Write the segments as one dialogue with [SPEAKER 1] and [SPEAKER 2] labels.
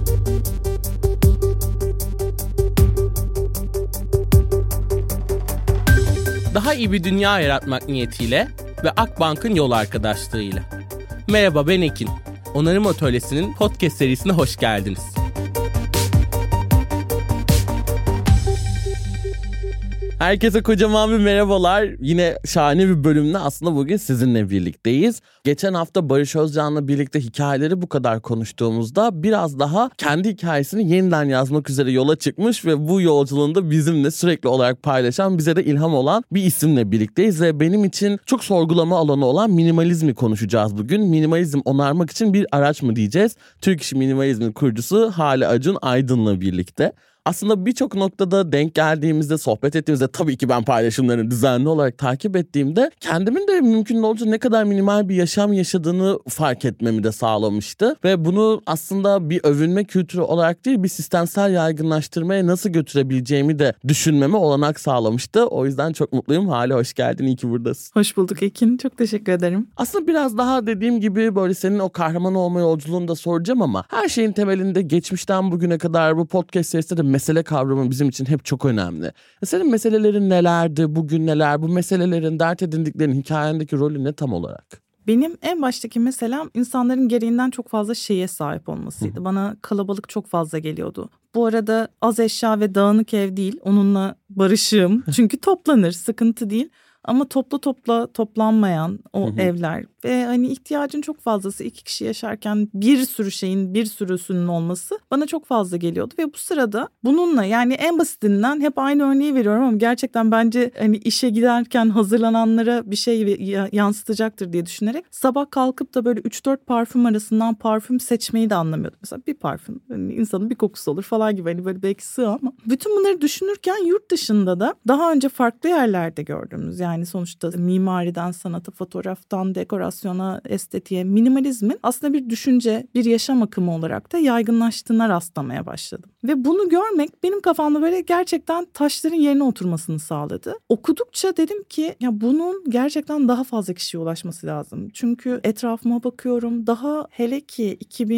[SPEAKER 1] Daha iyi bir dünya yaratmak niyetiyle ve Akbank'ın yol arkadaşlığıyla. Merhaba, ben Ekin. Onarım Atölyesi'nin podcast serisine hoş geldiniz. Herkese kocaman bir merhabalar. Yine şahane bir bölümle aslında bugün sizinle birlikteyiz. Geçen hafta Barış Özcan'la birlikte hikayeleri bu kadar konuştuğumuzda biraz daha kendi hikayesini yeniden yazmak üzere yola çıkmış ve bu yolculuğunda bizimle sürekli olarak paylaşan, bize de ilham olan bir isimle birlikteyiz ve benim için çok sorgulama alanı olan minimalizmi konuşacağız bugün. Minimalizm onarmak için bir araç mı diyeceğiz? Türk İş Minimalizmin kurucusu Hale Acun Aydın'la birlikte. Aslında birçok noktada denk geldiğimizde, sohbet ettiğimizde, tabii ki ben paylaşımlarını düzenli olarak takip ettiğimde kendimin de mümkün olduğunca ne kadar minimal bir yaşam yaşadığını fark etmemi de sağlamıştı. Ve bunu aslında bir övünme kültürü olarak değil, bir sistemsel yaygınlaştırmaya nasıl götürebileceğimi de düşünmeme olanak sağlamıştı. O yüzden çok mutluyum. Hale hoş geldin, iyi ki buradasın.
[SPEAKER 2] Hoş bulduk Ekin, çok teşekkür ederim.
[SPEAKER 1] Aslında biraz daha dediğim gibi böyle senin o kahraman olma yolculuğunu da soracağım ama her şeyin temelinde geçmişten bugüne kadar bu podcast serisinde de mesele kavramı bizim için hep çok önemli. Senin meselelerin nelerdi, bugün neler, bu meselelerin, dert edindiklerinin hikayendeki rolü ne tam olarak?
[SPEAKER 2] Benim en baştaki meselem insanların gereğinden çok fazla şeye sahip olmasıydı. Bana kalabalık çok fazla geliyordu. Bu arada az eşya ve dağınık ev değil, onunla barışığım. Çünkü toplanır, sıkıntı değil. Ama toplanmayan o evler ve hani ihtiyacın çok fazlası, 2 kişi yaşarken bir sürü şeyin, bir sürüsünün olması bana çok fazla geliyordu. Ve bu sırada bununla, yani en basitinden hep aynı örneği veriyorum ama gerçekten bence hani işe giderken hazırlananlara bir şey yansıtacaktır diye düşünerek sabah kalkıp da böyle 3-4 parfüm arasından parfüm seçmeyi de anlamıyordum. Mesela bir parfüm, hani insanın bir kokusu olur falan gibi, hani böyle belki sığ ama bütün bunları düşünürken yurt dışında da daha önce farklı yerlerde gördüğümüz, yani sonuçta mimariden sanata, fotoğraftan dekorasyona, estetiğe, minimalizmin aslında bir düşünce, bir yaşam akımı olarak da yaygınlaştığına rastlamaya başladım. Ve bunu görmek benim kafamda böyle gerçekten taşların yerine oturmasını sağladı. Okudukça dedim ki ya bunun gerçekten daha fazla kişiye ulaşması lazım. Çünkü etrafıma bakıyorum, daha hele ki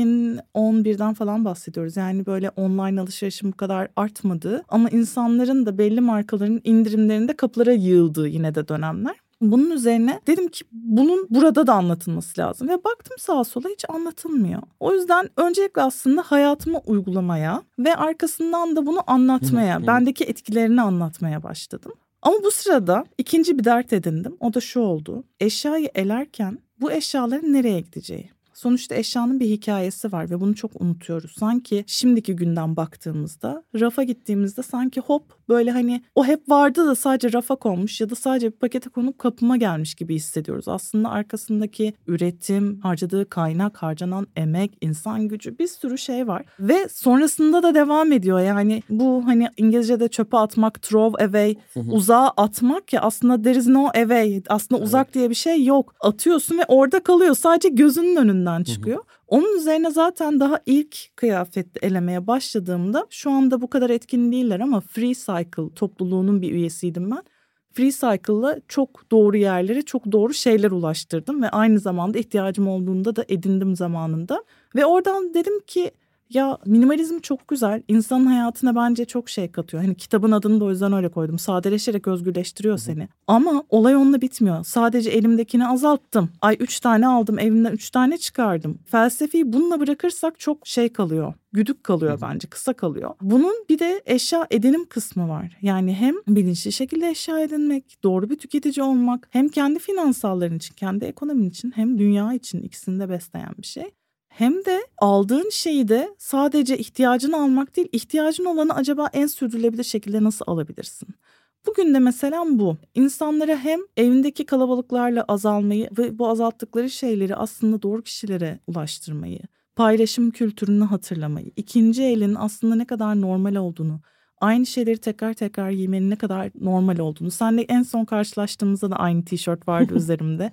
[SPEAKER 2] 2011'den falan bahsediyoruz. Yani böyle online alışverişin bu kadar artmadığı ama insanların da belli markaların indirimlerinde kapılara yığıldığı yine de dönemler. Bunun üzerine dedim ki bunun burada da anlatılması lazım. Ve baktım sağa sola hiç anlatılmıyor. O yüzden öncelikle aslında hayatıma uygulamaya ve arkasından da bunu anlatmaya, bendeki etkilerini anlatmaya başladım. Ama bu sırada ikinci bir dert edindim. O da şu oldu: eşyayı elerken bu eşyaların nereye gideceği. Sonuçta eşyanın bir hikayesi var ve bunu çok unutuyoruz. Sanki şimdiki günden baktığımızda, rafa gittiğimizde sanki hop böyle hani o hep vardı da sadece rafa konmuş ya da sadece bir pakete konup kapıma gelmiş gibi hissediyoruz. Aslında arkasındaki üretim, harcadığı kaynak, harcanan emek, insan gücü, bir sürü şey var. Ve sonrasında da devam ediyor. Yani bu hani İngilizce'de çöpe atmak, throw away, uzağa atmak ya, aslında there is no away. Aslında uzak diye bir şey yok. Atıyorsun ve orada kalıyor. Sadece gözünün önünde çıkıyor. Onun üzerine zaten daha ilk kıyafet elemeye başladığımda, şu anda bu kadar etkin değiller ama Free Cycle topluluğunun bir üyesiydim ben. Free Cycle'la çok doğru yerlere çok doğru şeyler ulaştırdım ve aynı zamanda ihtiyacım olduğunda da edindim zamanında. Ve oradan dedim ki ya minimalizm çok güzel. İnsanın hayatına bence çok şey katıyor. Hani kitabın adını da o yüzden öyle koydum. Sadeleşerek özgürleştiriyor seni. Ama olay onunla bitmiyor. Sadece elimdekini azalttım. 3 tane aldım, evimden 3 tane çıkardım. Felsefeyi bununla bırakırsak çok şey kalıyor. Güdük kalıyor bence, kısa kalıyor. Bunun bir de eşya edinim kısmı var. Yani hem bilinçli şekilde eşya edinmek, doğru bir tüketici olmak, hem kendi finansalların için, kendi ekonomin için, hem dünya için, ikisini de besleyen bir şey. Hem de aldığın şeyi de sadece ihtiyacını almak değil, ihtiyacın olanı acaba en sürdürülebilir şekilde nasıl alabilirsin? Bugün de mesela bu. İnsanlara hem evindeki kalabalıklarla azalmayı ve bu azalttıkları şeyleri aslında doğru kişilere ulaştırmayı, paylaşım kültürünü hatırlamayı, ikinci elin aslında ne kadar normal olduğunu, aynı şeyleri tekrar tekrar giymenin ne kadar normal olduğunu. Seninle en son karşılaştığımızda da aynı tişört vardı üzerimde.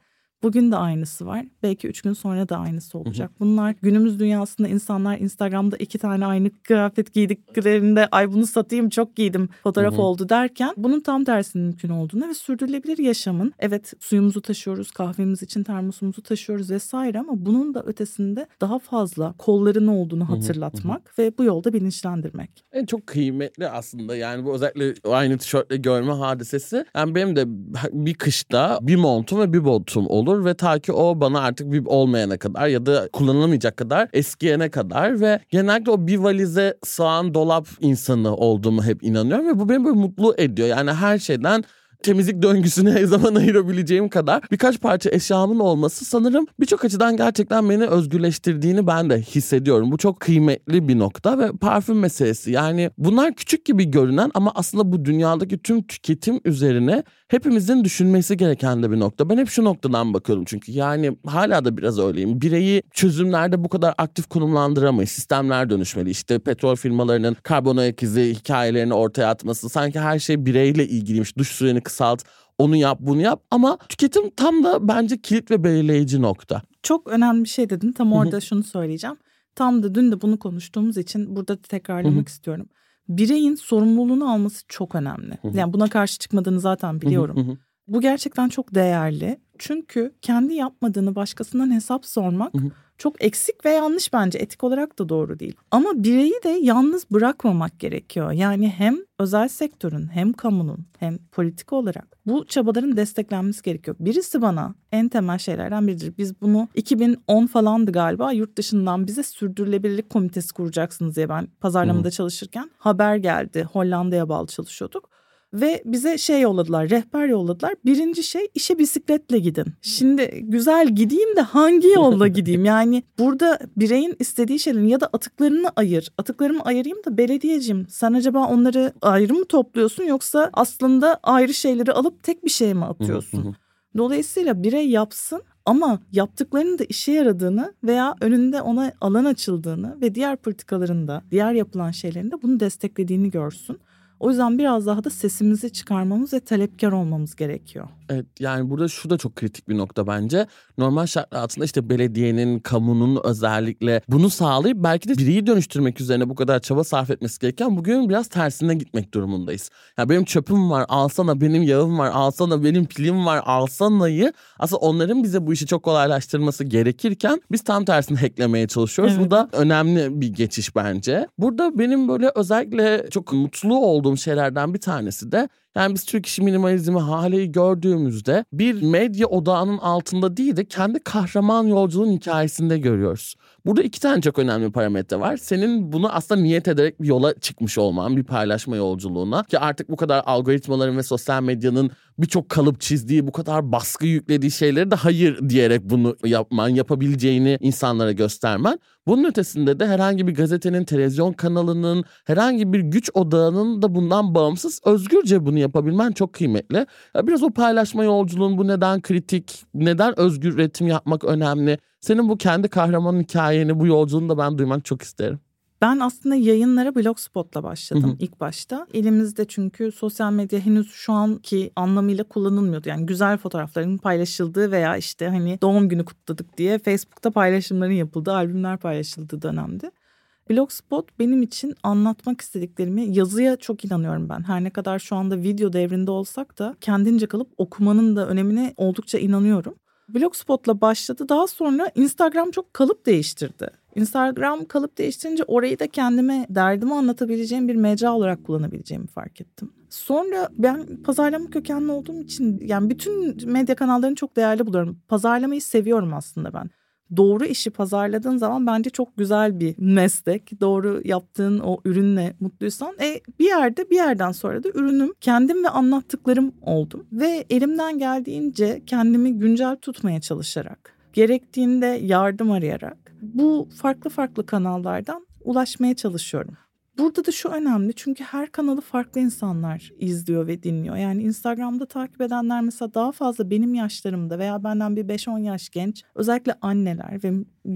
[SPEAKER 2] Bugün de aynısı var. Belki 3 gün sonra da aynısı olacak. Bunlar günümüz dünyasında insanlar Instagram'da 2 tane aynı kıyafet giydiklerinde ay bunu satayım çok giydim fotoğraf oldu derken bunun tam tersinin mümkün olduğunu ve sürdürülebilir yaşamın evet suyumuzu taşıyoruz, kahvemiz için termosumuzu taşıyoruz vesaire ama bunun da ötesinde daha fazla kolların olduğunu hatırlatmak ve bu yolda bilinçlendirmek.
[SPEAKER 1] Çok kıymetli aslında yani bu özellikle aynı tişörtle görme hadisesi. Yani benim de bir kışta bir montum ve bir botum olur ve ta ki o bana artık bir olmayana kadar ya da kullanılamayacak kadar eskiyene kadar ve genellikle o bir valize sığan dolap insanı olduğumu hep inanıyorum ve bu beni böyle mutlu ediyor. Yani her şeyden temizlik döngüsüne zaman ayırabileceğim kadar birkaç parça eşyamın olması sanırım birçok açıdan gerçekten beni özgürleştirdiğini ben de hissediyorum. Bu çok kıymetli bir nokta ve parfüm meselesi. Yani bunlar küçük gibi görünen ama aslında bu dünyadaki tüm tüketim üzerine hepimizin düşünmesi gereken de bir nokta. Ben hep şu noktadan bakıyorum çünkü yani hala da biraz öyleyim. Bireyi çözümlerde bu kadar aktif konumlandıramayız. Sistemler dönüşmeli. İşte petrol firmalarının karbon ayak izi hikayelerini ortaya atması. Sanki her şey bireyle ilgiliymiş. Duş süreni kısalt, onu yap, bunu yap. Ama tüketim tam da bence kilit ve belirleyici nokta.
[SPEAKER 2] Çok önemli bir şey dedin. Tam orada şunu söyleyeceğim. Tam da dün de bunu konuştuğumuz için burada tekrarlamak istiyorum. Bireyin sorumluluğunu alması çok önemli. Yani buna karşı çıkmadığını zaten biliyorum. Bu gerçekten çok değerli. Çünkü kendi yapmadığını başkasından hesap sormak çok eksik ve yanlış bence. Etik olarak da doğru değil. Ama bireyi de yalnız bırakmamak gerekiyor. Yani hem özel sektörün hem kamunun hem politik olarak bu çabaların desteklenmesi gerekiyor. Birisi bana en temel şeylerden biridir. Biz bunu 2010 falandı galiba yurt dışından bize sürdürülebilirlik komitesi kuracaksınız diye ben pazarlamada çalışırken haber geldi. Hollanda'ya bağlı çalışıyorduk. Ve bize yolladılar, rehber yolladılar. Birinci şey işe bisikletle gidin. Şimdi güzel gideyim de hangi yolla gideyim? Yani burada bireyin istediği şeylerin ya da atıklarını ayır. Atıklarımı ayırayım da belediyeciğim sen acaba onları ayrı mı topluyorsun yoksa aslında ayrı şeyleri alıp tek bir şeye mi atıyorsun? Dolayısıyla birey yapsın ama yaptıklarının da işe yaradığını veya önünde ona alan açıldığını ve diğer politikalarında, diğer yapılan şeylerin de bunu desteklediğini görsün. O yüzden biraz daha da sesimizi çıkarmamız ve talepkar olmamız gerekiyor.
[SPEAKER 1] Evet yani burada şu da çok kritik bir nokta bence. Normal şartlar altında işte belediyenin, kamunun özellikle bunu sağlayıp belki de bireyi dönüştürmek üzerine bu kadar çaba sarf etmesi gereken bugün biraz tersine gitmek durumundayız. Ya benim çöpüm var alsana, benim yağım var alsana, benim pilim var alsanayı aslında onların bize bu işi çok kolaylaştırması gerekirken biz tam tersini hacklemeye çalışıyoruz. Evet. Bu da önemli bir geçiş bence. Burada benim böyle özellikle çok mutlu olduğum şeylerden bir tanesi de yani biz Türk işi minimalizmi hali gördüğümüzde bir medya odağının altında değil de kendi kahraman yolculuğun hikayesinde görüyoruz. Burada 2 tane çok önemli parametre var. Senin bunu aslında niyet ederek bir yola çıkmış olman, bir paylaşma yolculuğuna. Ki artık bu kadar algoritmaların ve sosyal medyanın birçok kalıp çizdiği, bu kadar baskı yüklediği şeyleri de hayır diyerek bunu yapman, yapabileceğini insanlara göstermen. Bunun ötesinde de herhangi bir gazetenin, televizyon kanalının, herhangi bir güç odağının da bundan bağımsız özgürce bunu yapabilmen çok kıymetli. Biraz o paylaşma yolculuğun bu neden kritik, neden özgür üretim yapmak önemli. Senin bu kendi kahraman hikayeni, bu yolculuğunu da ben duymak çok isterim.
[SPEAKER 2] Ben aslında yayınlara Blogspot'la başladım ilk başta. Elimizde çünkü sosyal medya henüz şu anki anlamıyla kullanılmıyordu. Yani güzel fotoğrafların paylaşıldığı veya işte hani doğum günü kutladık diye Facebook'ta paylaşımların yapıldığı, albümler paylaşıldığı dönemde. Blogspot benim için anlatmak istediklerimi, yazıya çok inanıyorum ben. Her ne kadar şu anda video devrinde olsak da kendince kalıp okumanın da önemine oldukça inanıyorum. Blogspot'la başladı. Daha sonra Instagram çok kalıp değiştirdi. Instagram kalıp değiştirince orayı da kendime derdimi anlatabileceğim bir mecra olarak kullanabileceğimi fark ettim. Sonra ben pazarlama kökenli olduğum için yani bütün medya kanallarını çok değerli buluyorum. Pazarlamayı seviyorum aslında ben. Doğru işi pazarladığın zaman bence çok güzel bir meslek. Doğru yaptığın o ürünle mutluysan bir yerden sonra da ürünüm kendim ve anlattıklarım oldum. Ve elimden geldiğince kendimi güncel tutmaya çalışarak, gerektiğinde yardım arayarak bu farklı kanallardan ulaşmaya çalışıyorum. Burada da şu önemli çünkü her kanalı farklı insanlar izliyor ve dinliyor. Yani Instagram'da takip edenler mesela daha fazla benim yaşlarımda veya benden bir 5-10 yaş genç, özellikle anneler ve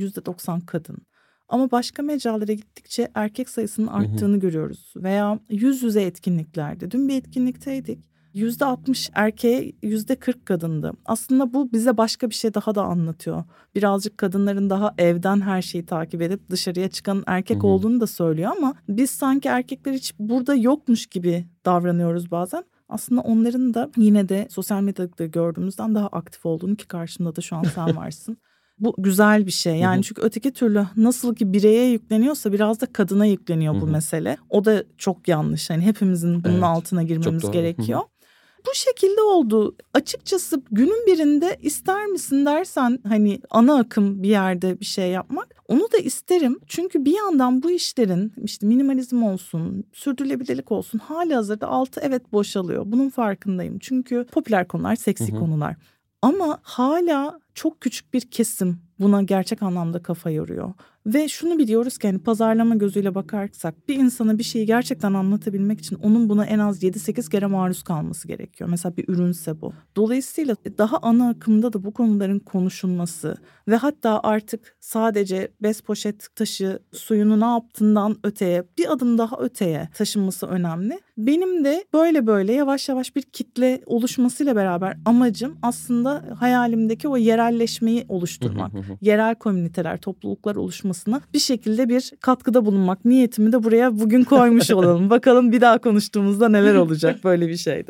[SPEAKER 2] %90 kadın. Ama başka mecralara gittikçe erkek sayısının arttığını görüyoruz. Veya yüz yüze etkinliklerde. Dün bir etkinlikteydik. %60 erkeğe %40 kadındı. Aslında bu bize başka bir şey daha da anlatıyor. Birazcık kadınların daha evden her şeyi takip edip dışarıya çıkan erkek olduğunu da söylüyor ama biz sanki erkekler hiç burada yokmuş gibi davranıyoruz bazen. Aslında onların da yine de sosyal medyada gördüğümüzden daha aktif olduğunu, ki karşımda da şu an sen varsın. Bu güzel bir şey. Yani çünkü öteki türlü nasıl ki bireye yükleniyorsa biraz da kadına yükleniyor bu mesele. O da çok yanlış. Hani hepimizin bunun altına girmemiz gerekiyor. Bu şekilde oldu. Açıkçası günün birinde ister misin dersen hani ana akım bir yerde bir şey yapmak, onu da isterim. Çünkü bir yandan bu işlerin işte minimalizm olsun, sürdürülebilirlik olsun halihazırda altı evet boşalıyor. Bunun farkındayım. Çünkü popüler konular, seksi konular. Ama hala çok küçük bir kesim buna gerçek anlamda kafa yoruyor. Ve şunu biliyoruz ki hani pazarlama gözüyle bakarsak bir insana bir şeyi gerçekten anlatabilmek için onun buna en az 7-8 kere maruz kalması gerekiyor. Mesela bir ürünse bu. Dolayısıyla daha ana akımda da bu konuların konuşulması ve hatta artık sadece bez poşet taşı suyunu ne yaptığından öteye, bir adım daha öteye taşınması önemli. Benim de böyle yavaş yavaş bir kitle oluşmasıyla beraber amacım aslında hayalimdeki o yerelleşmeyi oluşturmak. Yerel komüniteler, topluluklar oluşmasına bir şekilde bir katkıda bulunmak. Niyetimi de buraya bugün koymuş olalım. Bakalım bir daha konuştuğumuzda neler olacak böyle bir şeyde.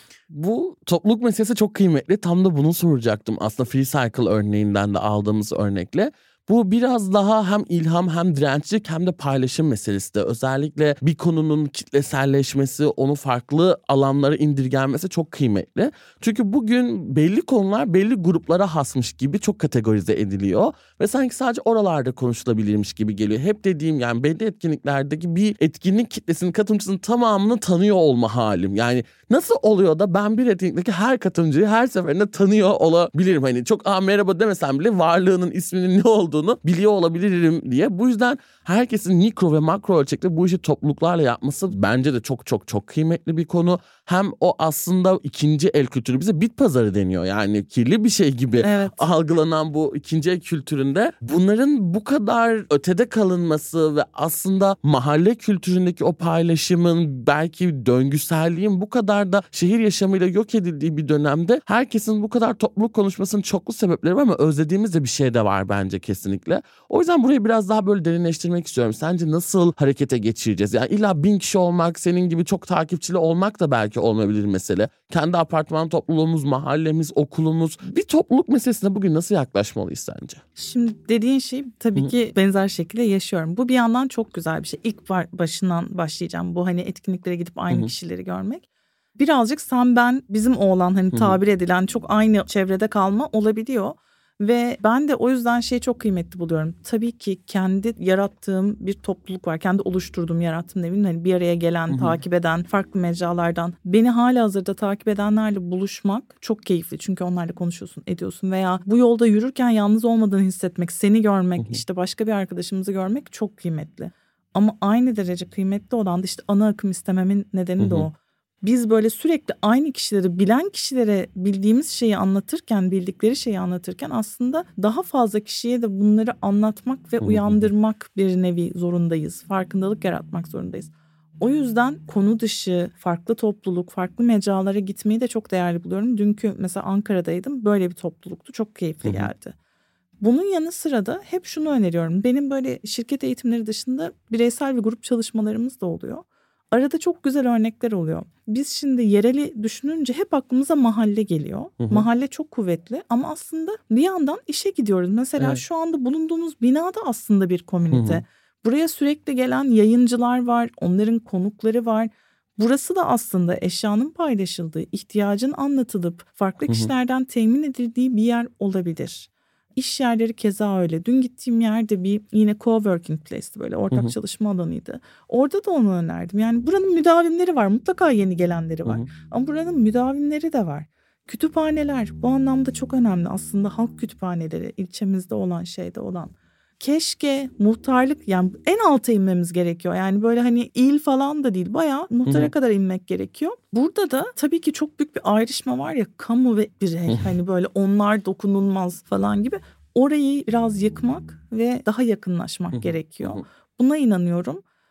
[SPEAKER 1] Bu topluluk meselesi çok kıymetli. Tam da bunu soracaktım. Aslında Free Cycle örneğinden de aldığımız örnekle. Bu biraz daha hem ilham hem dirençlik hem de paylaşım meselesi de. Özellikle bir konunun kitleselleşmesi, onu farklı alanlara indirgenmesi çok kıymetli. Çünkü bugün belli konular belli gruplara hasmış gibi çok kategorize ediliyor. Ve sanki sadece oralarda konuşulabilirmiş gibi geliyor. Hep dediğim yani belli etkinliklerdeki bir etkinlik kitlesinin, katılımcısının tamamını tanıyor olma halim. Yani nasıl oluyor da ben bir etkinlikteki her katılımcıyı her seferinde tanıyor olabilirim. Hani çok merhaba demesem bile varlığının, isminin ne olduğunu biliyor olabilirim diye. Bu yüzden herkesin mikro ve makro ölçekte bu işi topluluklarla yapması bence de çok kıymetli bir konu. Hem o aslında ikinci el kültürü, bize bit pazarı deniyor. Yani kirli bir şey gibi algılanan bu ikinci el kültüründe bunların bu kadar ötede kalınması ve aslında mahalle kültüründeki o paylaşımın, belki döngüselliğin bu kadar da şehir yaşamıyla yok edildiği bir dönemde herkesin bu kadar topluluk konuşmasının çoklu sebepleri var ama özlediğimiz de bir şey de var bence kesinlikle. O yüzden burayı biraz daha böyle derinleştirmek istiyorum. Sence nasıl harekete geçireceğiz? Yani illa 1000 kişi olmak, senin gibi çok takipçili olmak da belki olmayabilir mesele. Kendi apartman topluluğumuz, mahallemiz, okulumuz. Bir topluluk meselesine bugün nasıl yaklaşmalıyız sence?
[SPEAKER 2] Şimdi dediğin şey tabii ki benzer şekilde yaşıyorum. Bu bir yandan çok güzel bir şey. İlk başından başlayacağım. Bu hani etkinliklere gidip aynı kişileri görmek. Birazcık sen ben bizim oğlan hani tabir edilen çok aynı çevrede kalma olabiliyor. Ve ben de o yüzden şeyi çok kıymetli buluyorum. Tabii ki kendi yarattığım bir topluluk var. Kendi oluşturduğum, yarattığım ne bileyim, hani bir araya gelen, takip eden, farklı mecralardan beni halihazırda takip edenlerle buluşmak çok keyifli. Çünkü onlarla konuşuyorsun, ediyorsun veya bu yolda yürürken yalnız olmadığını hissetmek, seni görmek, işte başka bir arkadaşımızı görmek çok kıymetli. Ama aynı derece kıymetli olan da işte ana akım istememin nedeni de o. Biz böyle sürekli aynı kişileri, bilen kişilere bildiğimiz şeyi anlatırken, bildikleri şeyi anlatırken aslında daha fazla kişiye de bunları anlatmak ve uyandırmak bir nevi zorundayız. Farkındalık yaratmak zorundayız. O yüzden konu dışı, farklı topluluk, farklı mecralara gitmeyi de çok değerli buluyorum. Dünkü mesela Ankara'daydım, böyle bir topluluktu, çok keyifli geldi. Bunun yanı sıra da hep şunu öneriyorum. Benim böyle şirket eğitimleri dışında bireysel ve grup çalışmalarımız da oluyor. Arada çok güzel örnekler oluyor. Biz şimdi yereli düşününce hep aklımıza mahalle geliyor. Mahalle çok kuvvetli ama aslında bir yandan işe gidiyoruz. Mesela şu anda bulunduğumuz binada aslında bir komünite. Buraya sürekli gelen yayıncılar var, onların konukları var. Burası da aslında eşyanın paylaşıldığı, ihtiyacın anlatılıp farklı kişilerden temin edildiği bir yer olabilir. İş yerleri keza öyle. Dün gittiğim yerde bir yine co-working place'ti, böyle ortak çalışma alanıydı. Orada da onu önerdim. Yani buranın müdavimleri var. Mutlaka yeni gelenleri var. Ama buranın müdavimleri de var. Kütüphaneler bu anlamda çok önemli. Aslında halk kütüphaneleri, ilçemizde olan, şeyde olan. Keşke muhtarlık, yani en alta inmemiz gerekiyor. Yani böyle hani il falan da değil, bayağı muhtara kadar inmek gerekiyor. Burada da tabii ki çok büyük bir ayrışma var ya, kamu ve birey. Hani böyle onlar dokunulmaz falan gibi. Orayı biraz yıkmak ve daha yakınlaşmak gerekiyor. Buna inanıyorum.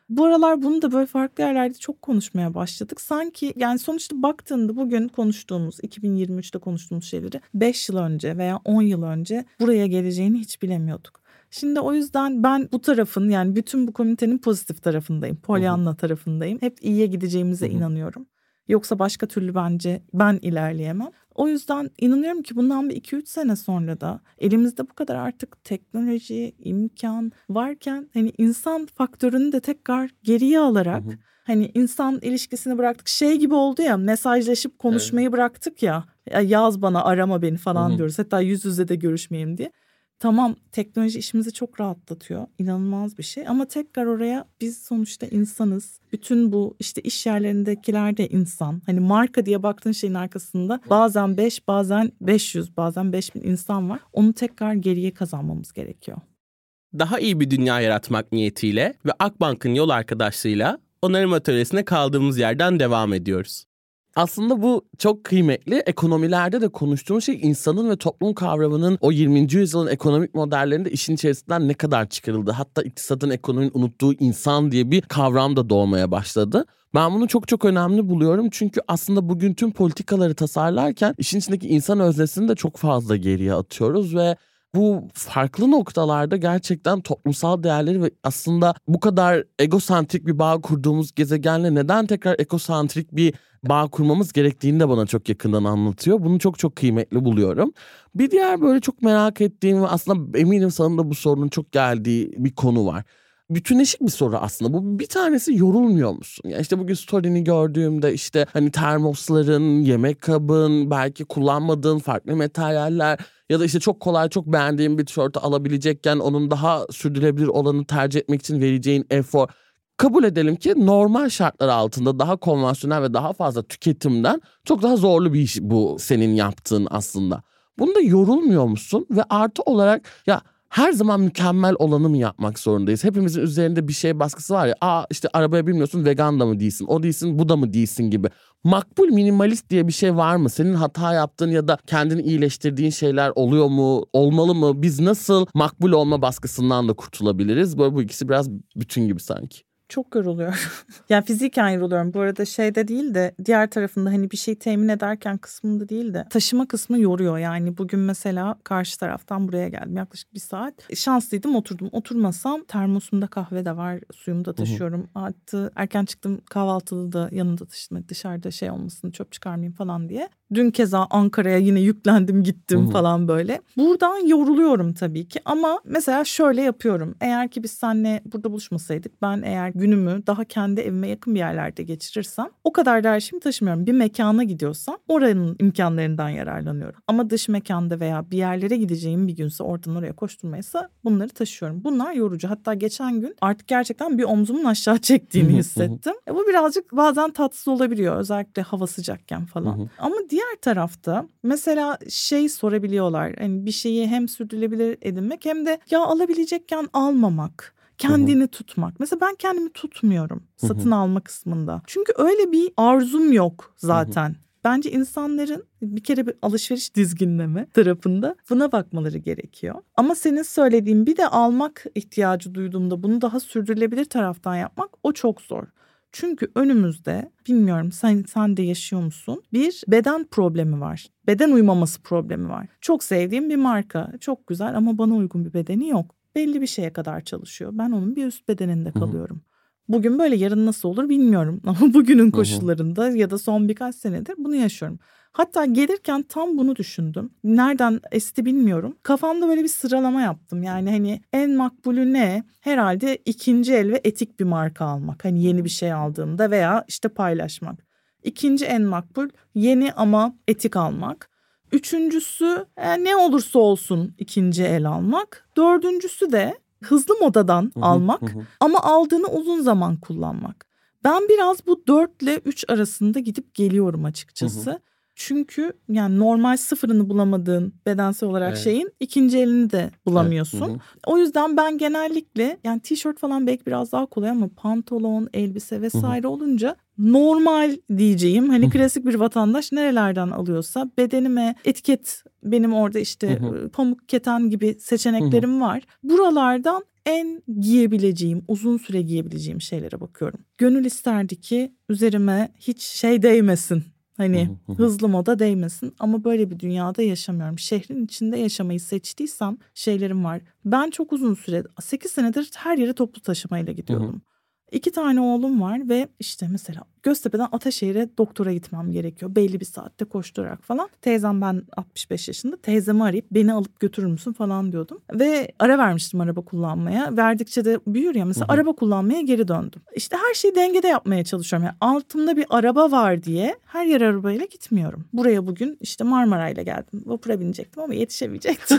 [SPEAKER 2] Bu aralar bunu da böyle farklı yerlerde çok konuşmaya başladık. Sanki yani sonuçta baktığında bugün konuştuğumuz 2023'te konuştuğumuz şeyleri 5 yıl önce veya 10 yıl önce buraya geleceğini hiç bilemiyorduk. Şimdi o yüzden ben bu tarafın, yani bütün bu komünitenin pozitif tarafındayım. Pollyanna tarafındayım. Hep iyiye gideceğimize inanıyorum. Yoksa başka türlü bence ben ilerleyemem. O yüzden inanıyorum ki bundan bir 2-3 sene sonra da elimizde bu kadar artık teknoloji, imkan varken hani insan faktörünü de tekrar geriye alarak hani insan ilişkisini bıraktık. Şey gibi oldu ya, mesajlaşıp konuşmayı bıraktık ya, yaz bana, arama beni falan diyoruz. Hatta yüz yüze de görüşmeyeyim diye. Tamam, teknoloji işimizi çok rahatlatıyor. İnanılmaz bir şey ama tekrar oraya biz sonuçta insanız. Bütün bu işte iş yerlerindekiler de insan. Hani marka diye baktığın şeyin arkasında bazen 5, bazen 500, bazen 5000 insan var. Onu tekrar geriye kazanmamız gerekiyor.
[SPEAKER 3] Daha iyi bir dünya yaratmak niyetiyle ve Akbank'ın yol arkadaşlığıyla onarım atölyesine kaldığımız yerden devam ediyoruz.
[SPEAKER 1] Aslında bu çok kıymetli. Ekonomilerde de konuştuğumuz şey insanın ve toplum kavramının o 20. yüzyılın ekonomik modellerinde işin içerisinden ne kadar çıkarıldı. Hatta iktisadın, ekonominin unuttuğu insan diye bir kavram da doğmaya başladı. Ben bunu çok çok önemli buluyorum. Çünkü aslında bugün tüm politikaları tasarlarken işin içindeki insan öznesini de çok fazla geriye atıyoruz ve bu farklı noktalarda gerçekten toplumsal değerleri ve aslında bu kadar egosantrik bir bağ kurduğumuz gezegenle neden tekrar ekosantrik bir bağ kurmamız gerektiğini de bana çok yakından anlatıyor. Bunu çok çok kıymetli buluyorum. Bir diğer böyle çok merak ettiğim ve aslında eminim sana da bu sorunun çok geldiği bir konu var. Bütünleşik bir soru aslında. Bu bir tanesi, yorulmuyor musun? Yani işte bugün story'ni gördüğümde işte hani termosların, yemek kabın, belki kullanmadığın farklı materyaller ya da işte çok kolay, çok beğendiğin bir tişörtü alabilecekken onun daha sürdürülebilir olanı tercih etmek için vereceğin efor. Kabul edelim ki normal şartlar altında daha konvansiyonel ve daha fazla tüketimden çok daha zorlu bir iş bu senin yaptığın aslında. Bunda yorulmuyor musun? Ve artı olarak ya her zaman mükemmel olanı mı yapmak zorundayız? Hepimizin üzerinde bir şey baskısı var ya. İşte arabaya binmiyorsun, vegan da mı değilsin? O değilsin, bu da mı değilsin gibi. Makbul minimalist diye bir şey var mı? Senin hata yaptığın ya da kendini iyileştirdiğin şeyler oluyor mu? Olmalı mı? Biz nasıl makbul olma baskısından da kurtulabiliriz? Böyle bu ikisi biraz bütün gibi sanki.
[SPEAKER 2] Çok yoruluyorum. Yani fiziken yoruluyorum. Bu arada şeyde değil de diğer tarafında hani bir şey temin ederken kısmında değil de taşıma kısmı yoruyor. Yani bugün mesela karşı taraftan buraya geldim. Yaklaşık 1 saat. Şanslıydım, oturdum. Oturmasam termosumda kahve de var. Suyumu da taşıyorum. Hatta erken çıktım, kahvaltıda da yanında taşıdım. Dışarıda şey olmasın, çöp çıkarmayayım falan diye. Dün keza Ankara'ya yine yüklendim, gittim falan böyle. Buradan yoruluyorum tabii ki ama mesela şöyle yapıyorum. Eğer ki biz seninle burada buluşmasaydık, ben eğer günümü daha kendi evime yakın bir yerlerde geçirirsem o kadar da her şeyimi taşımıyorum. Bir mekana gidiyorsam oranın imkanlarından yararlanıyorum. Ama dış mekanda veya bir yerlere gideceğim bir günse, oradan oraya koşturmaysa bunları taşıyorum. Bunlar yorucu. Hatta geçen gün artık gerçekten bir omzumun aşağı çektiğini hissettim. Bu birazcık bazen tatsız olabiliyor. Özellikle hava sıcakken falan. Ama diğer tarafta mesela şey sorabiliyorlar. Hani bir şeyi hem sürdürülebilir edinmek hem de ya alabilecekken almamak. Kendini tutmak. Mesela ben kendimi tutmuyorum satın alma kısmında. Çünkü öyle bir arzum yok zaten. Bence insanların bir kere bir alışveriş dizginleme tarafında buna bakmaları gerekiyor. Ama senin söylediğin bir de almak ihtiyacı duyduğumda bunu daha sürdürülebilir taraftan yapmak, o çok zor. Çünkü önümüzde, bilmiyorum sen de yaşıyor musun, bir beden problemi var. Beden uymaması problemi var. Çok sevdiğim bir marka, çok güzel ama bana uygun bir bedeni yok. Belli bir şeye kadar çalışıyor. Ben onun bir üst bedeninde kalıyorum. Bugün böyle, yarın nasıl olur bilmiyorum. Ama bugünün koşullarında ya da son birkaç senedir bunu yaşıyorum. Hatta gelirken tam bunu düşündüm. Nereden esti bilmiyorum. Kafamda böyle bir sıralama yaptım. Yani hani en makbulü ne? Herhalde ikinci el ve etik bir marka almak. Hani yeni bir şey aldığımda veya işte paylaşmak. İkinci en makbul yeni ama etik almak. Üçüncüsü ne olursa olsun ikinci el almak. Dördüncüsü de hızlı modadan almak ama aldığını uzun zaman kullanmak. Ben biraz bu 4 ile 3 arasında gidip geliyorum açıkçası. Çünkü yani normal sıfırını bulamadığın bedensel olarak şeyin ikinci elini de bulamıyorsun.
[SPEAKER 1] Evet.
[SPEAKER 2] O yüzden ben genellikle yani tişört falan belki biraz daha kolay ama pantolon, elbise vesaire olunca normal diyeceğim. Hani klasik bir vatandaş nerelerden alıyorsa bedenime etiket, benim orada işte pamuk, keten gibi seçeneklerim var. Buralardan en giyebileceğim, uzun süre giyebileceğim şeylere bakıyorum. Gönül isterdi ki üzerime hiç şey değmesin. Hani hızlı moda değmesin ama böyle bir dünyada yaşamıyorum. Şehrin içinde yaşamayı seçtiysem şeylerim var. Ben çok uzun süre 8 senedir her yere toplu taşımayla gidiyordum. 2 tane oğlum var ve işte mesela Göztepe'den Ataşehir'e doktora gitmem gerekiyor. Belli bir saatte koşturarak falan. Teyzem, ben 65 yaşında, teyzemi arayıp beni alıp götürür müsün falan diyordum. Ve ara vermiştim araba kullanmaya. Verdikçe de büyür ya, mesela araba kullanmaya geri döndüm. İşte her şeyi dengede yapmaya çalışıyorum. Yani altımda bir araba var diye her yer arabayla gitmiyorum. Buraya bugün işte Marmaray'la geldim. Vapura binecektim ama yetişemeyecektim.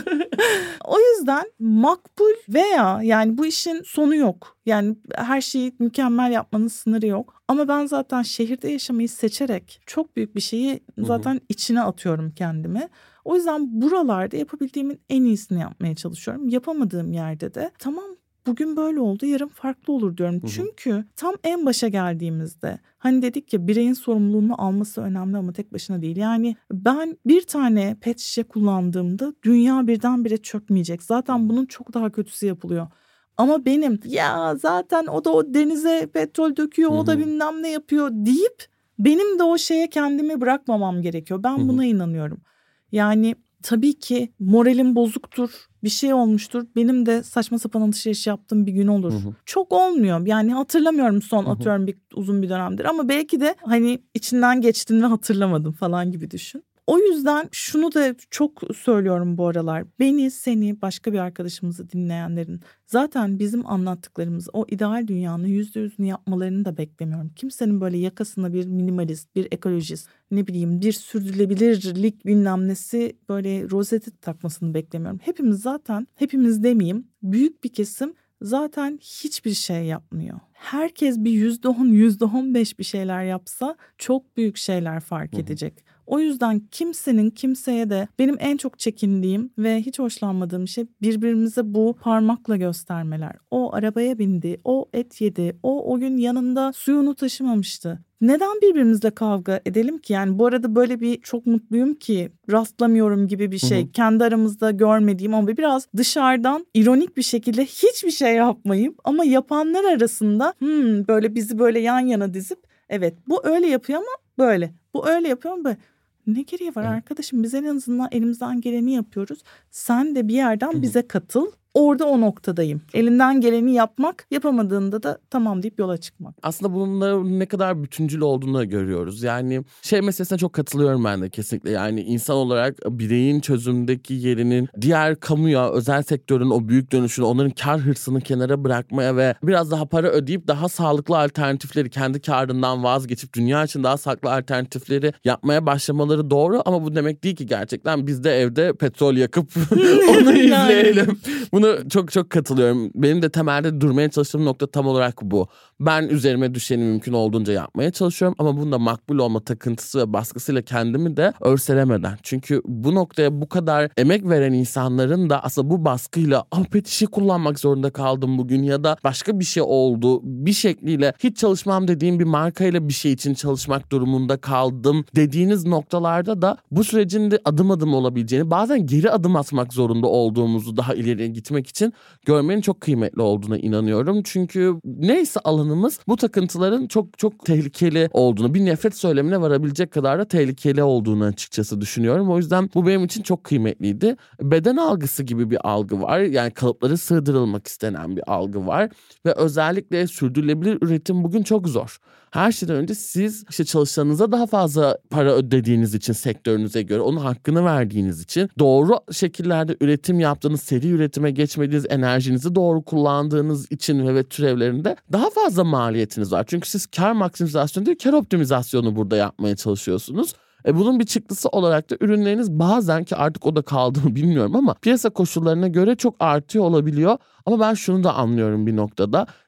[SPEAKER 2] O yüzden makbul veya yani bu işin sonu yok. Yani her şeyi mükemmel yapmanın sınırı yok. Ama ben zaten şehirde yaşamayı seçerek çok büyük bir şeyi zaten içine atıyorum kendimi. O yüzden buralarda yapabildiğimin en iyisini yapmaya çalışıyorum. Yapamadığım yerde de tamam, bugün böyle oldu, yarın farklı olur diyorum. Çünkü tam en başa geldiğimizde hani dedik ya, bireyin sorumluluğunu alması önemli ama tek başına değil. Yani ben bir tane pet şişe kullandığımda dünya birdenbire çökmeyecek. Zaten bunun çok daha kötüsü yapılıyor. Ama benim ya zaten o da o denize petrol döküyor, o da bilmem ne yapıyor deyip benim de o şeye kendimi bırakmamam gerekiyor. Ben buna inanıyorum. Yani tabii ki moralim bozuktur, bir şey olmuştur. Benim de saçma sapan alışveriş yaptığım bir gün olur. Çok olmuyor. Yani hatırlamıyorum son atıyorum uzun bir dönemdir. Ama belki de hani içinden geçtin ve hatırlamadım falan gibi düşün. O yüzden şunu da çok söylüyorum bu aralar. Beni, seni, başka bir arkadaşımızı dinleyenlerin zaten bizim anlattıklarımız, o ideal dünyanın %100'ünü yapmalarını da beklemiyorum. Kimsenin böyle yakasına bir minimalist, bir ekolojist, ne bileyim bir sürdürülebilirlik bilmem nesi böyle rozeti takmasını beklemiyorum. Hepimiz zaten, hepimiz demeyeyim, büyük bir kesim zaten hiçbir şey yapmıyor. Herkes bir %10, %15 bir şeyler yapsa çok büyük şeyler fark edecek. O yüzden kimsenin kimseye de, benim en çok çekindiğim ve hiç hoşlanmadığım şey birbirimize bu parmakla göstermeler. O arabaya bindi, o et yedi, o gün yanında suyunu taşımamıştı. Neden birbirimizle kavga edelim ki? Yani bu arada böyle bir çok mutluyum ki rastlamıyorum gibi bir şey. Kendi aramızda görmediğim ama biraz dışarıdan ironik bir şekilde hiçbir şey yapmayıp ama yapanlar arasında böyle bizi böyle yan yana dizip evet bu öyle yapıyor ama böyle, bu öyle yapıyor ama böyle. Ne gereği var arkadaşım? Biz en azından elimizden geleni yapıyoruz. Sen de bir yerden bize katıl. Orada o noktadayım. Elinden geleni yapmak, yapamadığında da tamam deyip yola çıkmak.
[SPEAKER 1] Aslında bunların ne kadar bütüncül olduğunu görüyoruz. Yani şey meselesine çok katılıyorum ben de kesinlikle. Yani insan olarak bireyin çözümdeki yerinin diğer kamuya, özel sektörün o büyük dönüşünü, onların kar hırsını kenara bırakmaya ve biraz daha para ödeyip daha sağlıklı alternatifleri, kendi karından vazgeçip dünya için daha sağlıklı alternatifleri yapmaya başlamaları doğru. Ama bu demek değil ki gerçekten biz de evde petrol yakıp onu izleyelim. Bunu çok çok katılıyorum. Benim de temelde durmaya çalıştığım nokta tam olarak bu. Ben üzerime düşeni mümkün olduğunca yapmaya çalışıyorum ama bunda makbul olma takıntısı ve baskısıyla kendimi de örselemeden. Çünkü bu noktaya bu kadar emek veren insanların da aslında bu baskıyla pet şişe kullanmak zorunda kaldım bugün ya da başka bir şey oldu, bir şekliyle hiç çalışmam dediğim bir markayla bir şey için çalışmak durumunda kaldım dediğiniz noktalarda da bu sürecin de adım adım olabileceğini, bazen geri adım atmak zorunda olduğumuzu daha ileriye gitmek için görmenin çok kıymetli olduğuna inanıyorum. Çünkü neyse alanımız, bu takıntıların çok çok tehlikeli olduğunu, bir nefret söylemine varabilecek kadar da tehlikeli olduğunu açıkçası düşünüyorum. O yüzden bu benim için çok kıymetliydi. Beden algısı gibi bir algı var. Yani kalıpları sığdırılmak istenen bir algı var. Ve özellikle sürdürülebilir üretim bugün çok zor. Her şeyden önce siz işte çalışanınıza daha fazla para ödediğiniz için, sektörünüze göre onun hakkını verdiğiniz için, doğru şekillerde üretim yaptığınız, seri üretime geçmediğiniz, enerjinizi doğru kullandığınız için ve türevlerinde daha fazla maliyetiniz var. Çünkü siz kar maksimizasyonu değil, kar optimizasyonu burada yapmaya çalışıyorsunuz. Bunun bir çıktısı olarak da ürünleriniz bazen, ki artık o da kaldı mı bilmiyorum ama piyasa koşullarına göre çok artıyor olabiliyor. Ama ben şunu da anlıyorum bir noktada.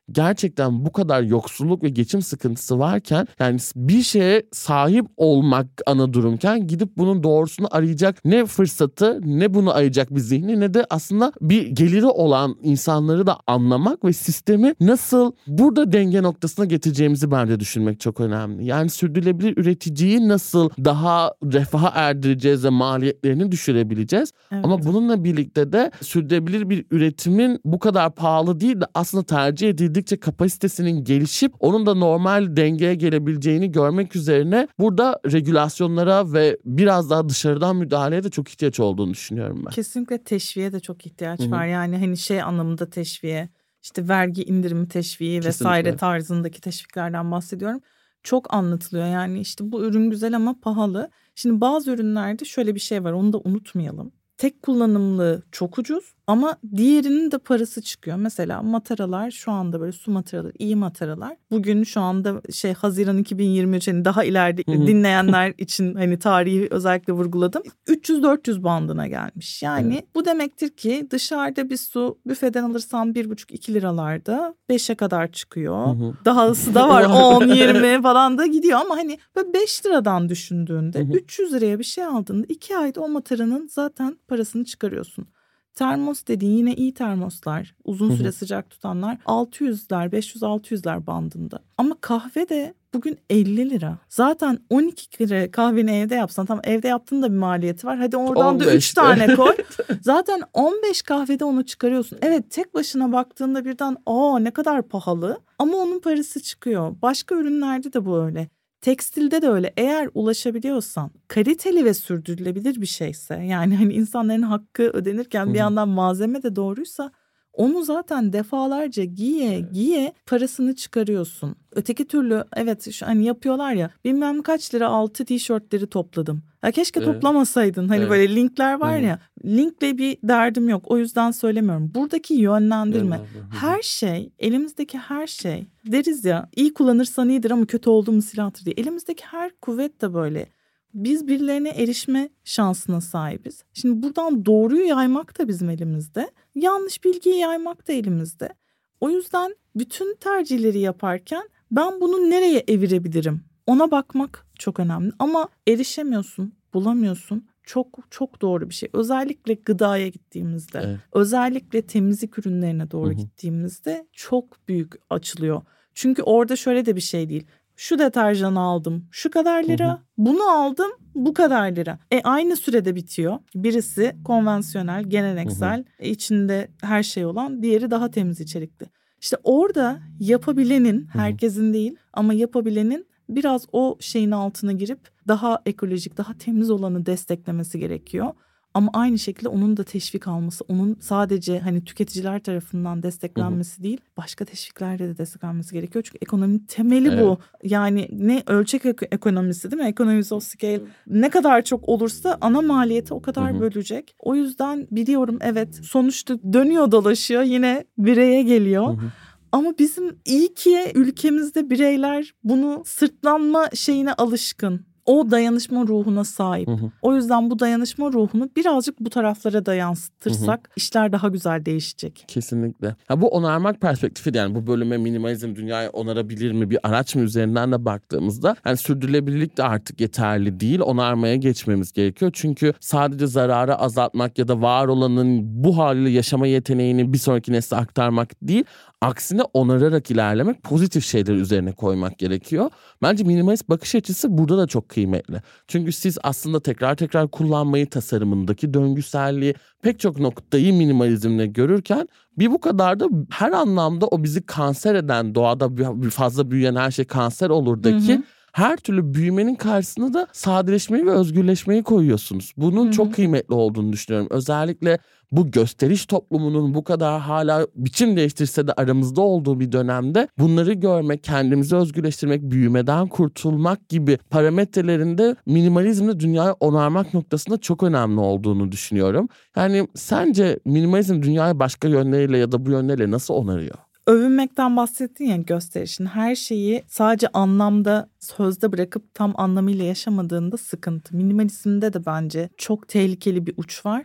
[SPEAKER 1] gerçekten bu kadar yoksulluk ve geçim sıkıntısı varken, yani bir şeye sahip olmak ana durumken gidip bunun doğrusunu arayacak ne fırsatı, ne bunu arayacak bir zihni, ne de aslında bir geliri olan insanları da anlamak ve sistemi nasıl burada denge noktasına getireceğimizi bence düşünmek çok önemli. Yani sürdürülebilir üreticiyi nasıl daha refaha erdireceğiz ve maliyetlerini düşürebileceğiz. Evet. Ama bununla birlikte de sürdürülebilir bir üretimin bu kadar pahalı değil de aslında tercih edildikçe kapasitesinin gelişip onun da normal dengeye gelebileceğini görmek üzerine burada regülasyonlara ve biraz daha dışarıdan müdahaleye de çok ihtiyaç olduğunu düşünüyorum ben.
[SPEAKER 2] Kesinlikle teşviğe de çok ihtiyaç var. Yani hani şey anlamında teşviğe, işte vergi indirimi teşviği vesaire tarzındaki teşviklerden bahsediyorum. Çok anlatılıyor yani işte bu ürün güzel ama pahalı. Şimdi bazı ürünlerde şöyle bir şey var, onu da unutmayalım. Tek kullanımlı çok ucuz ama diğerinin de parası çıkıyor. Mesela mataralar şu anda böyle su mataraları, iyi mataralar. Bugün şu anda Haziran 2023 hani daha ileride dinleyenler için hani tarihi özellikle vurguladım. 300-400 bandına gelmiş. Yani bu demektir ki dışarıda bir su büfeden alırsan 1,5-2 liralarda 5'e kadar çıkıyor. Dahası da var 10-20 falan da gidiyor ama hani böyle 5 liradan düşündüğünde 300 liraya bir şey aldığında 2 ayda o mataranın zaten parasını çıkarıyorsun. Termos dediğin yine iyi termoslar, uzun süre sıcak tutanlar 600'ler, 500-600'ler bandında. Ama kahve de bugün 50 lira. Zaten 12 lira kahveni evde yapsan, tamam evde yaptığın da bir maliyeti var. Hadi oradan 15. da 3 tane koy. Zaten 15 kahvede onu çıkarıyorsun. Evet, tek başına baktığında birden ne kadar pahalı ama onun parası çıkıyor. Başka ürünlerde de bu öyle. Tekstilde de öyle. Eğer ulaşabiliyorsan, kaliteli ve sürdürülebilir bir şeyse, yani hani insanların hakkı ödenirken bir yandan malzeme de doğruysa, onu zaten defalarca giye parasını çıkarıyorsun. Öteki türlü evet hani yapıyorlar ya, bilmem kaç lira altı tişörtleri topladım. Ya keşke toplamasaydın. Hani böyle linkler var ya. Linkle bir derdim yok. O yüzden söylemiyorum. Buradaki yönlendirme. Her şey, elimizdeki her şey, deriz ya, iyi kullanırsan iyidir ama kötü oldu mu silahtır diye. Elimizdeki her kuvvet de böyle. Biz birilerine erişme şansına sahibiz. Şimdi buradan doğruyu yaymak da bizim elimizde. Yanlış bilgiyi yaymak da elimizde. O yüzden bütün tercihleri yaparken ben bunu nereye evirebilirim? Ona bakmak çok önemli. Ama erişemiyorsun, bulamıyorsun. Çok çok doğru bir şey. Özellikle gıdaya gittiğimizde, özellikle temizlik ürünlerine doğru gittiğimizde çok büyük açılıyor. Çünkü orada şöyle de bir şey değil. Şu deterjanı aldım, şu kadar lira. Bunu aldım, bu kadar lira. Aynı sürede bitiyor. Birisi konvansiyonel, geleneksel, içinde her şey olan, diğeri daha temiz içerikli. İşte orada yapabilenin, herkesin değil ama yapabilenin biraz o şeyin altına girip daha ekolojik, daha temiz olanı desteklemesi gerekiyor. Ama aynı şekilde onun da teşvik alması, onun sadece hani tüketiciler tarafından desteklenmesi değil, başka teşviklerle de desteklenmesi gerekiyor. Çünkü ekonominin temeli bu. Yani ne ölçek ekonomisi değil mi? Economies of scale ne kadar çok olursa ana maliyeti o kadar bölecek. O yüzden biliyorum, evet, sonuçta dönüyor dolaşıyor yine bireye geliyor. Ama bizim iyi ki ülkemizde bireyler bunu sırtlanma şeyine alışkın. O dayanışma ruhuna sahip. O yüzden bu dayanışma ruhunu birazcık bu taraflara da yansıtırsak işler daha güzel değişecek.
[SPEAKER 1] Kesinlikle. Bu onarmak perspektifi, yani bu bölüme minimalizm dünyayı onarabilir mi, bir araç mı üzerinden de baktığımızda, yani sürdürülebilirlik de artık yeterli değil. Onarmaya geçmemiz gerekiyor. Çünkü sadece zararı azaltmak ya da var olanın bu haliyle yaşama yeteneğini bir sonraki nesle aktarmak değil. Aksine onararak ilerlemek, pozitif şeyler üzerine koymak gerekiyor. Bence minimalist bakış açısı burada da çok kıymetli. Çünkü siz aslında tekrar kullanmayı, tasarımındaki döngüselliği, pek çok noktayı minimalizmle görürken bir bu kadar da her anlamda o bizi kanser eden, doğada fazla büyüyen her şey kanser olurdaki her türlü büyümenin karşısına da sadeleşmeyi ve özgürleşmeyi koyuyorsunuz. Bunun çok kıymetli olduğunu düşünüyorum. Özellikle bu gösteriş toplumunun bu kadar hala biçim değiştirse de aramızda olduğu bir dönemde bunları görmek, kendimizi özgürleştirmek, büyümeden kurtulmak gibi parametrelerinde minimalizmle dünyayı onarmak noktasında çok önemli olduğunu düşünüyorum. Yani sence minimalizm dünyayı başka yönleriyle ya da bu yönleriyle nasıl onarıyor?
[SPEAKER 2] Övünmekten bahsettin ya, gösterişin. Her şeyi sadece anlamda, sözde bırakıp tam anlamıyla yaşamadığında sıkıntı. Minimalizmde de bence çok tehlikeli bir uç var.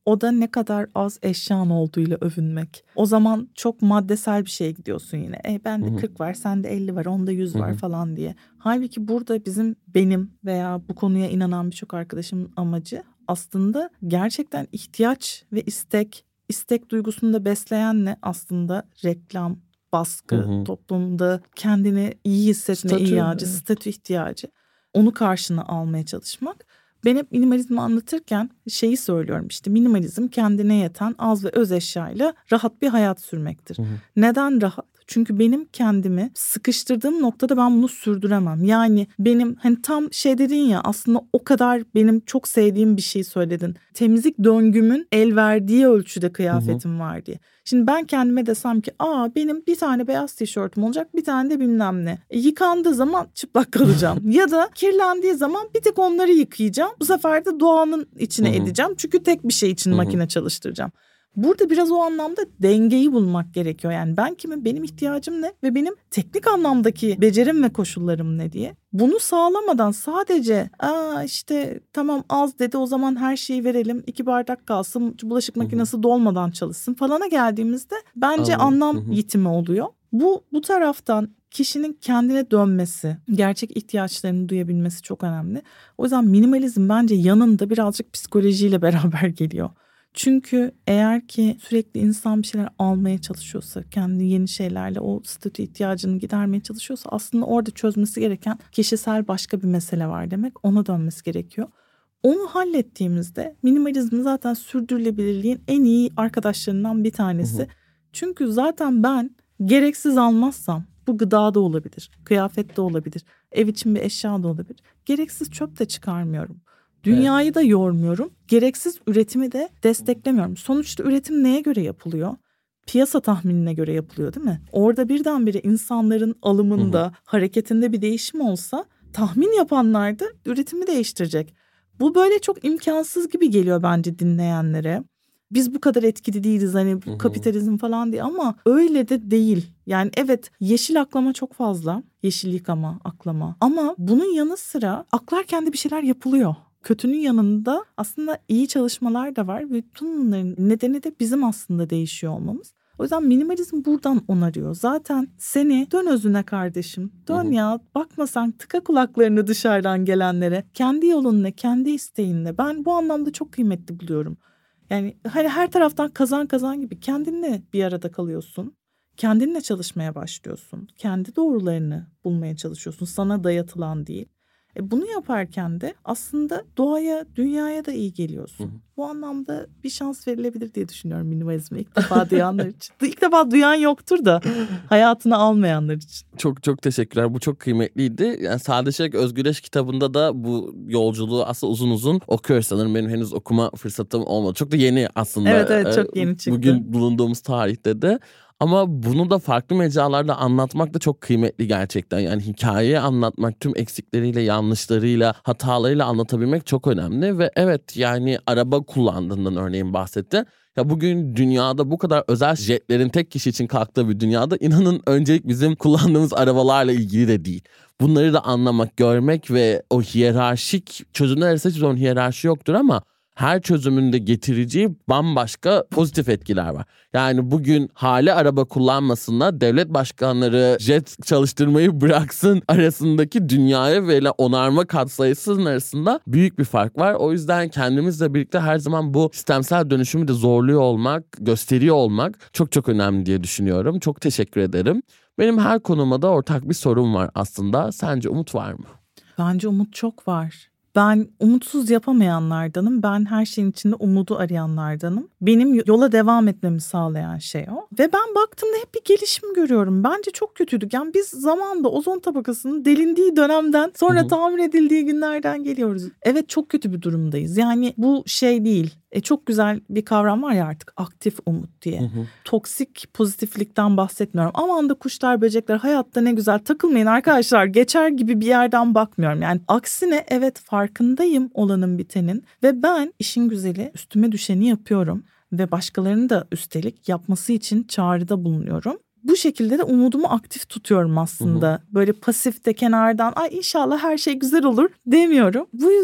[SPEAKER 2] O da ne kadar az eşyan olduğuyla övünmek. O zaman çok maddesel bir şeye gidiyorsun yine. Bende 40 var, sende 50 var, onda 100 var falan diye. Halbuki burada benim veya bu konuya inanan birçok arkadaşımın amacı aslında gerçekten ihtiyaç ve istek duygusunu da besleyen ne? Aslında reklam, baskı, toplumda kendini iyi hissetme ihtiyacı, statü ihtiyacı. Onu karşına almaya çalışmak. Ben hep minimalizmi anlatırken şeyi söylüyorum, işte minimalizm kendine yeten az ve öz eşyayla rahat bir hayat sürmektir. Neden rahat? Çünkü benim kendimi sıkıştırdığım noktada ben bunu sürdüremem. Yani benim hani tam şey dedin ya, aslında o kadar benim çok sevdiğim bir şey söyledin. Temizlik döngümün el verdiği ölçüde kıyafetim var diye. Şimdi ben kendime desem ki benim bir tane beyaz tişörtüm olacak, bir tane de bilmem ne. Yıkandığı zaman çıplak kalacağım. Ya da kirlendiği zaman bir tek onları yıkayacağım. Bu sefer de doğanın içine edeceğim. Çünkü tek bir şey için makine çalıştıracağım. Burada biraz o anlamda dengeyi bulmak gerekiyor. Yani ben kimim, benim ihtiyacım ne ve benim teknik anlamdaki becerim ve koşullarım ne diye. Bunu sağlamadan sadece işte tamam az dedi, o zaman her şeyi verelim, 2 bardak kalsın, bulaşık makinesi dolmadan çalışsın falana geldiğimizde bence anlam yitimi oluyor. Bu taraftan kişinin kendine dönmesi, gerçek ihtiyaçlarını duyabilmesi çok önemli. O yüzden minimalizm bence yanında birazcık psikolojiyle beraber geliyor. Çünkü eğer ki sürekli insan bir şeyler almaya çalışıyorsa, kendi yeni şeylerle o statü ihtiyacını gidermeye çalışıyorsa, aslında orada çözmesi gereken kişisel başka bir mesele var demek. Ona dönmesi gerekiyor. Onu hallettiğimizde minimalizm zaten sürdürülebilirliğin en iyi arkadaşlarından bir tanesi. Çünkü zaten ben gereksiz almazsam, bu gıda da olabilir, kıyafet de olabilir, ev için bir eşya da olabilir, gereksiz çöp de çıkarmıyorum. Dünyayı da yormuyorum. Gereksiz üretimi de desteklemiyorum. Sonuçta üretim neye göre yapılıyor? Piyasa tahminine göre yapılıyor, değil mi? Orada birdenbire insanların alımında, hareketinde bir değişim olsa, tahmin yapanlar da üretimi değiştirecek. Bu böyle çok imkansız gibi geliyor bence dinleyenlere. Biz bu kadar etkili değiliz hani kapitalizm falan diye, ama öyle de değil. Yani evet, yeşil aklama çok fazla. Yeşil yıkama, aklama. Ama bunun yanı sıra aklarken de bir şeyler yapılıyor. Kötünün yanında aslında iyi çalışmalar da var. Bütün bunların nedeni de bizim aslında değişiyor olmamız. O yüzden minimalizm buradan onarıyor. Zaten seni dön özüne kardeşim. Dön ya, bakma sen tıka kulaklarını dışarıdan gelenlere. Kendi yolunla, kendi isteğinle. Ben bu anlamda çok kıymetli buluyorum. Yani hani her taraftan kazan kazan gibi kendinle bir arada kalıyorsun. Kendinle çalışmaya başlıyorsun. Kendi doğrularını bulmaya çalışıyorsun. Sana dayatılan değil. Bunu yaparken de aslında doğaya, dünyaya da iyi geliyorsun. Bu anlamda bir şans verilebilir diye düşünüyorum minimalizme ilk defa duyanlar için. İlk defa duyan yoktur da hayatına almayanlar için.
[SPEAKER 1] Çok çok teşekkürler. Bu çok kıymetliydi. Yani Sadece Özgüreş kitabında da bu yolculuğu aslında uzun uzun okuyoruz sanırım. Benim henüz okuma fırsatım olmadı. Çok da yeni aslında.
[SPEAKER 2] Evet çok yeni çıktı.
[SPEAKER 1] Bugün bulunduğumuz tarihte de. Ama bunu da farklı mecralarda anlatmak da çok kıymetli gerçekten. Yani hikayeyi anlatmak, tüm eksikleriyle, yanlışlarıyla, hatalarıyla anlatabilmek çok önemli. Ve evet, yani araba kullandığından örneğin bahsetti. Ya bugün dünyada bu kadar özel jetlerin tek kişi için kalktığı bir dünyada, inanın öncelik bizim kullandığımız arabalarla ilgili de değil. Bunları da anlamak, görmek ve o hiyerarşik çözümler arasında hiçbir zaman hiyerarşi yoktur ama her çözümün de getireceği bambaşka pozitif etkiler var. Yani bugün hali araba kullanmasınlar, devlet başkanları jet çalıştırmayı bıraksın arasındaki dünyaya ve onarma katsayısının arasında büyük bir fark var. O yüzden kendimizle birlikte her zaman bu sistemsel dönüşümü de zorluyor olmak, gösteriyor olmak çok çok önemli diye düşünüyorum. Çok teşekkür ederim. Benim her konuma da ortak bir sorum var aslında. Sence umut var mı?
[SPEAKER 2] Bence umut çok var. Ben umutsuz yapamayanlardanım. Ben her şeyin içinde umudu arayanlardanım. Benim yola devam etmemi sağlayan şey o. Ve ben baktığımda hep bir gelişim görüyorum. Bence çok kötüydük. Yani biz zamanında ozon tabakasının delindiği dönemden sonra tamir edildiği günlerden geliyoruz. Evet, çok kötü bir durumdayız. Yani bu şey değil. Çok güzel bir kavram var ya artık, aktif umut diye. Toksik pozitiflikten bahsetmiyorum. Aman da kuşlar, böcekler hayatta ne güzel, takılmayın arkadaşlar, geçer gibi bir yerden bakmıyorum. Yani aksine evet, farkındayım olanın bitenin ve ben işin güzeli üstüme düşeni yapıyorum ve başkalarının da üstelik yapması için çağrıda bulunuyorum. Bu şekilde de umudumu aktif tutuyorum aslında. Böyle pasifte kenardan ay inşallah her şey güzel olur demiyorum. Bu yüzden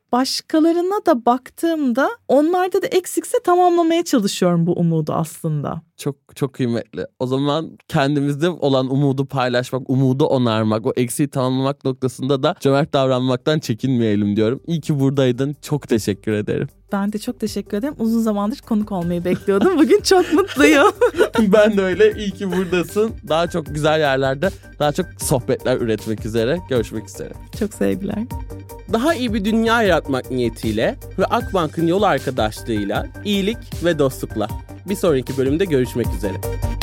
[SPEAKER 2] başkalarına da baktığımda onlarda da eksikse tamamlamaya çalışıyorum bu umudu aslında.
[SPEAKER 1] Çok çok kıymetli. O zaman kendimizde olan umudu paylaşmak, umudu onarmak, o eksiği tamamlamak noktasında da cömert davranmaktan çekinmeyelim diyorum. İyi ki buradaydın. Çok teşekkür ederim.
[SPEAKER 2] Ben de çok teşekkür ederim. Uzun zamandır konuk olmayı bekliyordum. Bugün çok mutluyum.
[SPEAKER 1] Ben de öyle. İyi ki buradasın. Daha çok güzel yerlerde, daha çok sohbetler üretmek üzere. Görüşmek üzere.
[SPEAKER 2] Çok sevgiler.
[SPEAKER 3] Daha iyi bir dünya yaratmak niyetiyle ve Akbank'ın yol arkadaşlığıyla iyilik ve dostlukla. Bir sonraki bölümde görüşmek üzere.